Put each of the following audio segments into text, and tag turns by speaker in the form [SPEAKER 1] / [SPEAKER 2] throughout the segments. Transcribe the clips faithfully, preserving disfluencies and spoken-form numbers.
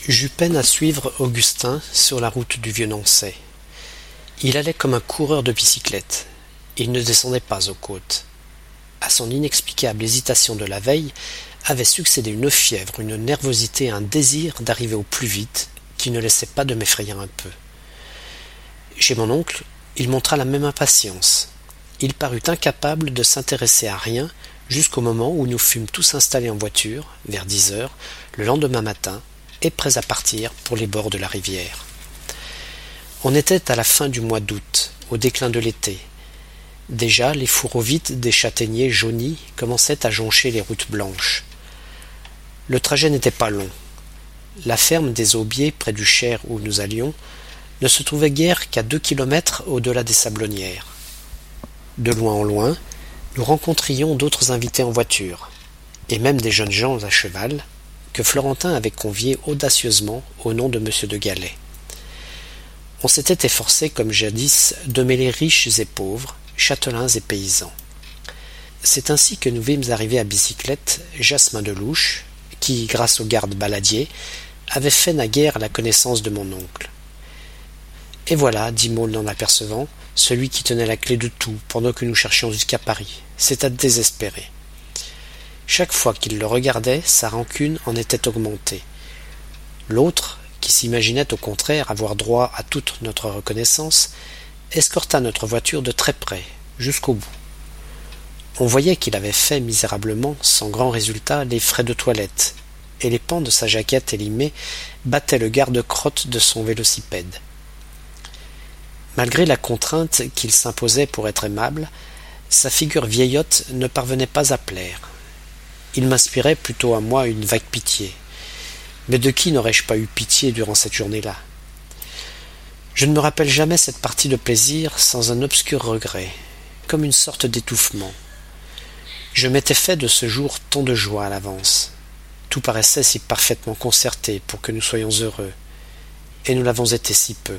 [SPEAKER 1] J'eus peine à suivre Augustin sur la route du Vieux-Nançay. Il allait comme un coureur de bicyclette. Il ne descendait pas aux côtes. À son inexplicable hésitation de la veille avait succédé une fièvre, une nervosité, un désir d'arriver au plus vite qui ne laissait pas de m'effrayer un peu. Chez mon oncle, il montra la même impatience. Il parut incapable de s'intéresser à rien jusqu'au moment où nous fûmes tous installés en voiture, vers dix heures, le lendemain matin, et prêts à partir pour les bords de la rivière. On était à la fin du mois d'août, au déclin de l'été. Déjà, les fourreaux vides des châtaigniers jaunis commençaient à joncher les routes blanches. Le trajet n'était pas long. La ferme des Aubiers, près du Cher où nous allions, ne se trouvait guère qu'à deux kilomètres au-delà des Sablonnières. De loin en loin, nous rencontrions d'autres invités en voiture, et même des jeunes gens à cheval, que Florentin avait conviés audacieusement au nom de Monsieur de Galais. On s'était efforcé, comme jadis, de mêler riches et pauvres, châtelains et paysans. C'est ainsi que nous vîmes arriver à bicyclette Jasmin de Louche, qui, grâce au garde Baladier, avait fait naguère la connaissance de mon oncle. « Et voilà, dit Maule en l'apercevant, celui qui tenait la clé de tout pendant que nous cherchions jusqu'à Paris. C'est à désespérer. » Chaque fois qu'il le regardait, sa rancune en était augmentée. L'autre, qui s'imaginait au contraire avoir droit à toute notre reconnaissance, escorta notre voiture de très près, jusqu'au bout. On voyait qu'il avait fait misérablement, sans grand résultat, les frais de toilette, et les pans de sa jaquette élimée battaient le garde-crotte de son vélocipède. Malgré la contrainte qu'il s'imposait pour être aimable, sa figure vieillotte ne parvenait pas à plaire. Il m'inspirait plutôt à moi une vague pitié. Mais de qui n'aurais-je pas eu pitié durant cette journée-là? Je ne me rappelle jamais cette partie de plaisir sans un obscur regret, comme une sorte d'étouffement. Je m'étais fait de ce jour tant de joie à l'avance. Tout paraissait si parfaitement concerté pour que nous soyons heureux, et nous l'avons été si peu.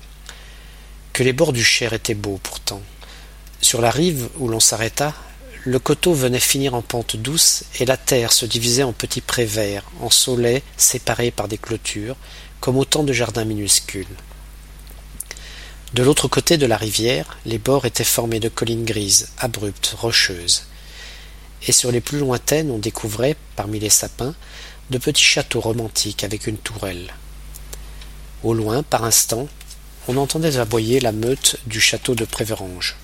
[SPEAKER 1] Que les bords du Cher étaient beaux pourtant. Sur la rive où l'on s'arrêta, le coteau venait finir en pente douce et la terre se divisait en petits prés verts, en saulaies séparés par des clôtures, comme autant de jardins minuscules. De l'autre côté de la rivière, les bords étaient formés de collines grises, abruptes, rocheuses. Et sur les plus lointaines, on découvrait, parmi les sapins, de petits châteaux romantiques avec une tourelle. Au loin, par instants, on entendait aboyer la meute du château de Préverange.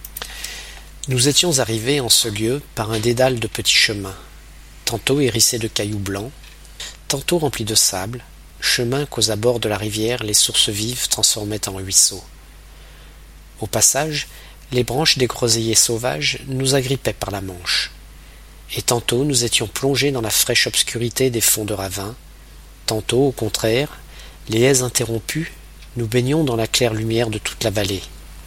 [SPEAKER 1] Nous étions arrivés en ce lieu par un dédale de petits chemins, tantôt hérissés de cailloux blancs, tantôt remplis de sable, chemins qu'aux abords de la rivière les sources vives transformaient en ruisseaux. Au passage, les branches des groseilliers sauvages nous agrippaient par la manche, et tantôt nous étions plongés dans la fraîche obscurité des fonds de ravins, tantôt, au contraire, les haies interrompues, nous baignions dans la claire lumière de toute la vallée.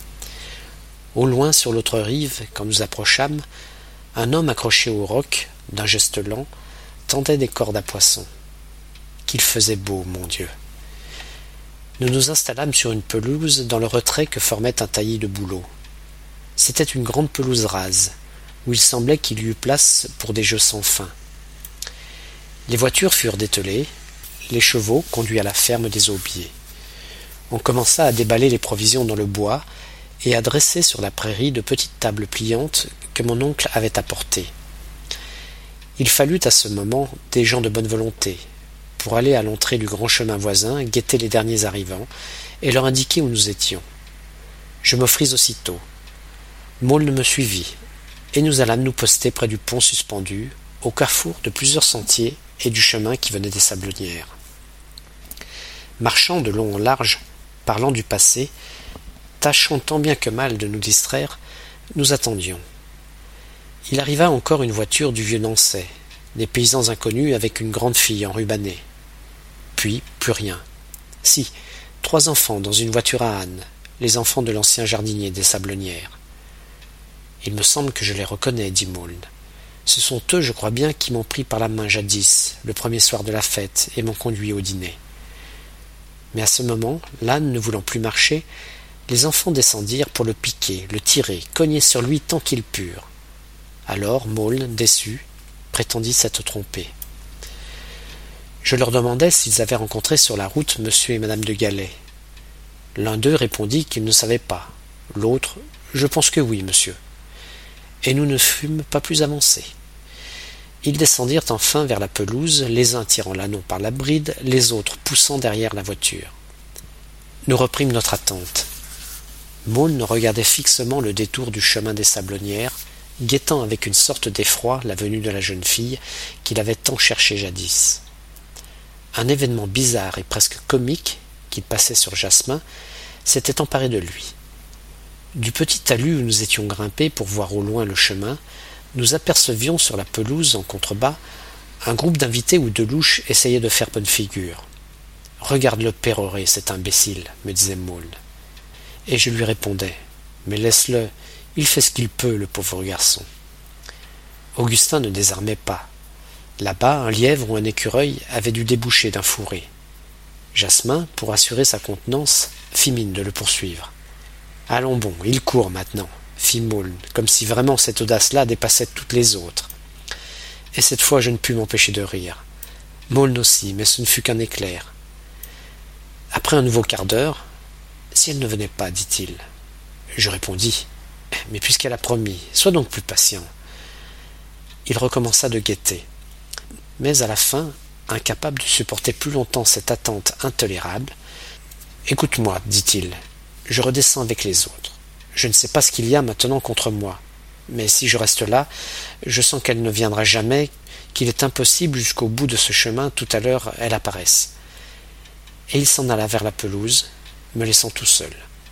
[SPEAKER 1] Au loin, sur l'autre rive, quand nous approchâmes, un homme accroché au roc, d'un geste lent, tendait des cordes à poisson. Qu'il faisait beau, mon Dieu! Nous nous installâmes sur une pelouse dans le retrait que formait un taillis de bouleaux. C'était une grande pelouse rase, où il semblait qu'il y eût place pour des jeux sans fin. Les voitures furent dételées, les chevaux conduits à la ferme des Aubiers. On commença à déballer les provisions dans le bois, et à dresser sur la prairie de petites tables pliantes que mon oncle avait apportées. Il fallut à ce moment des gens de bonne volonté, pour aller à l'entrée du grand chemin voisin, guetter les derniers arrivants, et leur indiquer où nous étions. Je m'offris aussitôt. Maule me suivit, et nous allâmes nous poster près du pont suspendu, au carrefour de plusieurs sentiers et du chemin qui venait des Sablonnières. Marchant de long en large, parlant du passé, tâchant tant bien que mal de nous distraire, nous attendions. Il arriva encore une voiture du Vieux-Nançay, des paysans inconnus avec une grande fille enrubannée. Puis, plus rien. Si, trois enfants dans une voiture à âne, les enfants de l'ancien jardinier des Sablonnières. Il me semble que je les reconnais, dit Maulne. Ce sont eux, je crois bien, qui m'ont pris par la main jadis, le premier soir de la fête, et m'ont conduit au dîner. Mais à ce moment, l'âne ne voulant plus marcher, les enfants descendirent pour le piquer, le tirer, cogner sur lui tant qu'ils purent. Alors Maulne, déçu, prétendit s'être trompé. Je leur demandai s'ils avaient rencontré sur la route monsieur et madame de Galais. L'un d'eux répondit qu'il ne savait pas. L'autre, je pense que oui, monsieur. Et nous ne fûmes pas plus avancés. Ils descendirent enfin vers la pelouse, les uns tirant l'anneau par la bride, les autres poussant derrière la voiture. Nous reprîmes notre attente. Maulne regardait fixement le détour du chemin des Sablonnières, guettant avec une sorte d'effroi la venue de la jeune fille qu'il avait tant cherchée jadis. Un événement bizarre et presque comique, qu'il passait sur Jasmin, s'était emparé de lui. Du petit talus où nous étions grimpés pour voir au loin le chemin, nous apercevions sur la pelouse en contrebas un groupe d'invités où de louches essayaient de faire bonne figure. « Regarde-le pérorer, cet imbécile, me disait Maulne. Et je lui répondais « Mais laisse-le, il fait ce qu'il peut, le pauvre garçon. » Augustin ne désarmait pas. Là-bas, un lièvre ou un écureuil avait dû déboucher d'un fourré. Jasmin, pour assurer sa contenance, fit mine de le poursuivre. « Allons bon, il court maintenant, » fit Maulne, comme si vraiment cette audace-là dépassait toutes les autres. Et cette fois je ne pus m'empêcher de rire. Maulne aussi, mais ce ne fut qu'un éclair. Après un nouveau quart d'heure, « Si elle ne venait pas, dit-il. » Je répondis, « Mais puisqu'elle a promis, sois donc plus patient. » Il recommença de guetter. Mais à la fin, incapable de supporter plus longtemps cette attente intolérable, « Écoute-moi, dit-il, je redescends avec les autres. Je ne sais pas ce qu'il y a maintenant contre moi, mais si je reste là, je sens qu'elle ne viendra jamais, qu'il est impossible jusqu'au bout de ce chemin, tout à l'heure, elle apparaisse. » Et il s'en alla vers la pelouse, me laissant tout seul.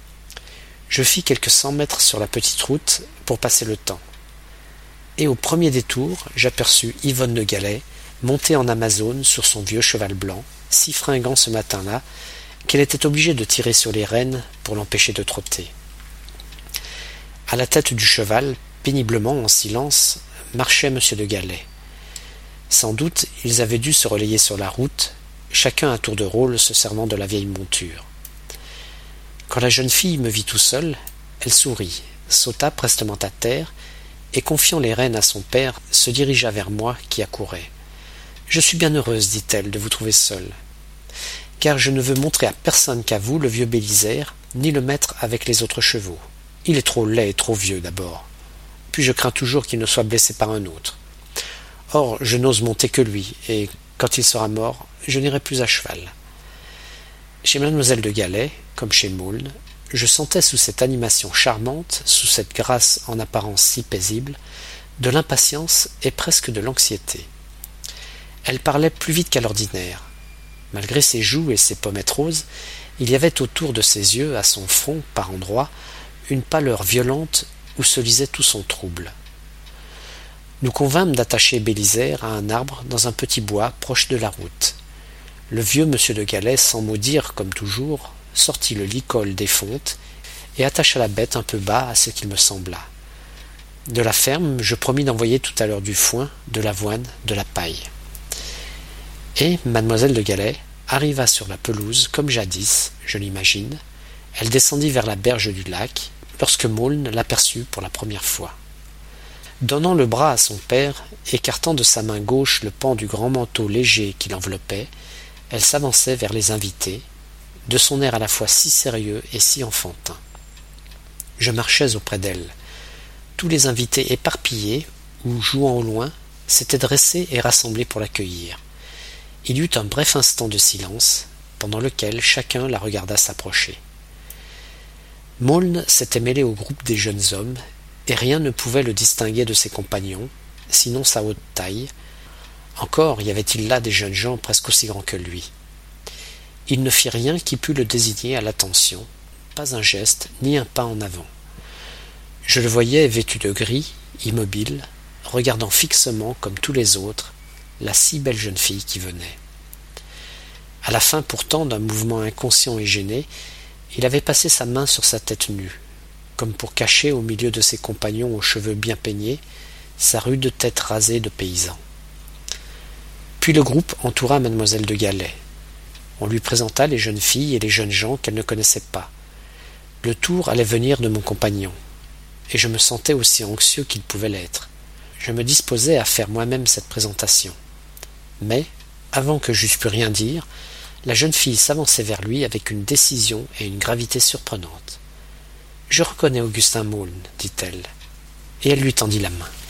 [SPEAKER 1] Je fis quelques cent mètres sur la petite route pour passer le temps. Et au premier détour, j'aperçus Yvonne de Galais, montée en Amazone sur son vieux cheval blanc, si fringant ce matin-là, qu'elle était obligée de tirer sur les rênes pour l'empêcher de trotter. À la tête du cheval, péniblement, en silence, marchait monsieur de Galais. Sans doute, ils avaient dû se relayer sur la route, chacun à tour de rôle se servant de la vieille monture. Quand la jeune fille me vit tout seul, elle sourit, sauta prestement à terre, et confiant les rênes à son père, se dirigea vers moi qui accourais. « Je suis bien heureuse, dit-elle, de vous trouver seul, car je ne veux montrer à personne qu'à vous le vieux Bélisaire, ni le mettre avec les autres chevaux. Il est trop laid et trop vieux d'abord. Puis je crains toujours qu'il ne soit blessé par un autre. Or, je n'ose monter que lui, et quand il sera mort, je n'irai plus à cheval. » Chez mademoiselle de Galais, comme chez Maulne, je sentais sous cette animation charmante, sous cette grâce en apparence si paisible, de l'impatience et presque de l'anxiété. Elle parlait plus vite qu'à l'ordinaire. Malgré ses joues et ses pommettes roses, il y avait autour de ses yeux, à son front, par endroits, une pâleur violente où se lisait tout son trouble. Nous convînmes d'attacher Bélisaire à un arbre dans un petit bois proche de la route. Le vieux monsieur de Galais, sans mot dire comme toujours, sortit le licol des fontes et attacha la bête un peu bas à ce qu'il me sembla. De la ferme, je promis d'envoyer tout à l'heure du foin, de l'avoine, de la paille. Et mademoiselle de Galais arriva sur la pelouse comme jadis, je l'imagine. Elle descendit vers la berge du lac, lorsque Maulne l'aperçut pour la première fois. Donnant le bras à son père, écartant de sa main gauche le pan du grand manteau léger qui l'enveloppait, elle s'avançait vers les invités, de son air à la fois si sérieux et si enfantin. Je marchais auprès d'elle. Tous les invités éparpillés, ou jouant au loin, s'étaient dressés et rassemblés pour l'accueillir. Il y eut un bref instant de silence, pendant lequel chacun la regarda s'approcher. Maulne s'était mêlé au groupe des jeunes hommes, et rien ne pouvait le distinguer de ses compagnons, sinon sa haute taille. Encore y avait-il là des jeunes gens presque aussi grands que lui. Il ne fit rien qui pût le désigner à l'attention, pas un geste, ni un pas en avant. Je le voyais vêtu de gris, immobile, regardant fixement, comme tous les autres, la si belle jeune fille qui venait. À la fin pourtant d'un mouvement inconscient et gêné, il avait passé sa main sur sa tête nue, comme pour cacher au milieu de ses compagnons aux cheveux bien peignés sa rude tête rasée de paysan. Puis le groupe entoura mademoiselle de Galais. On lui présenta les jeunes filles et les jeunes gens qu'elle ne connaissait pas. Le tour allait venir de mon compagnon, et je me sentais aussi anxieux qu'il pouvait l'être. Je me disposais à faire moi-même cette présentation. Mais, Avant que j'eusse pu rien dire, la jeune fille s'avançait vers lui avec une décision et une gravité surprenantes. « Je reconnais Augustin Maulne, dit-elle, et elle lui tendit la main.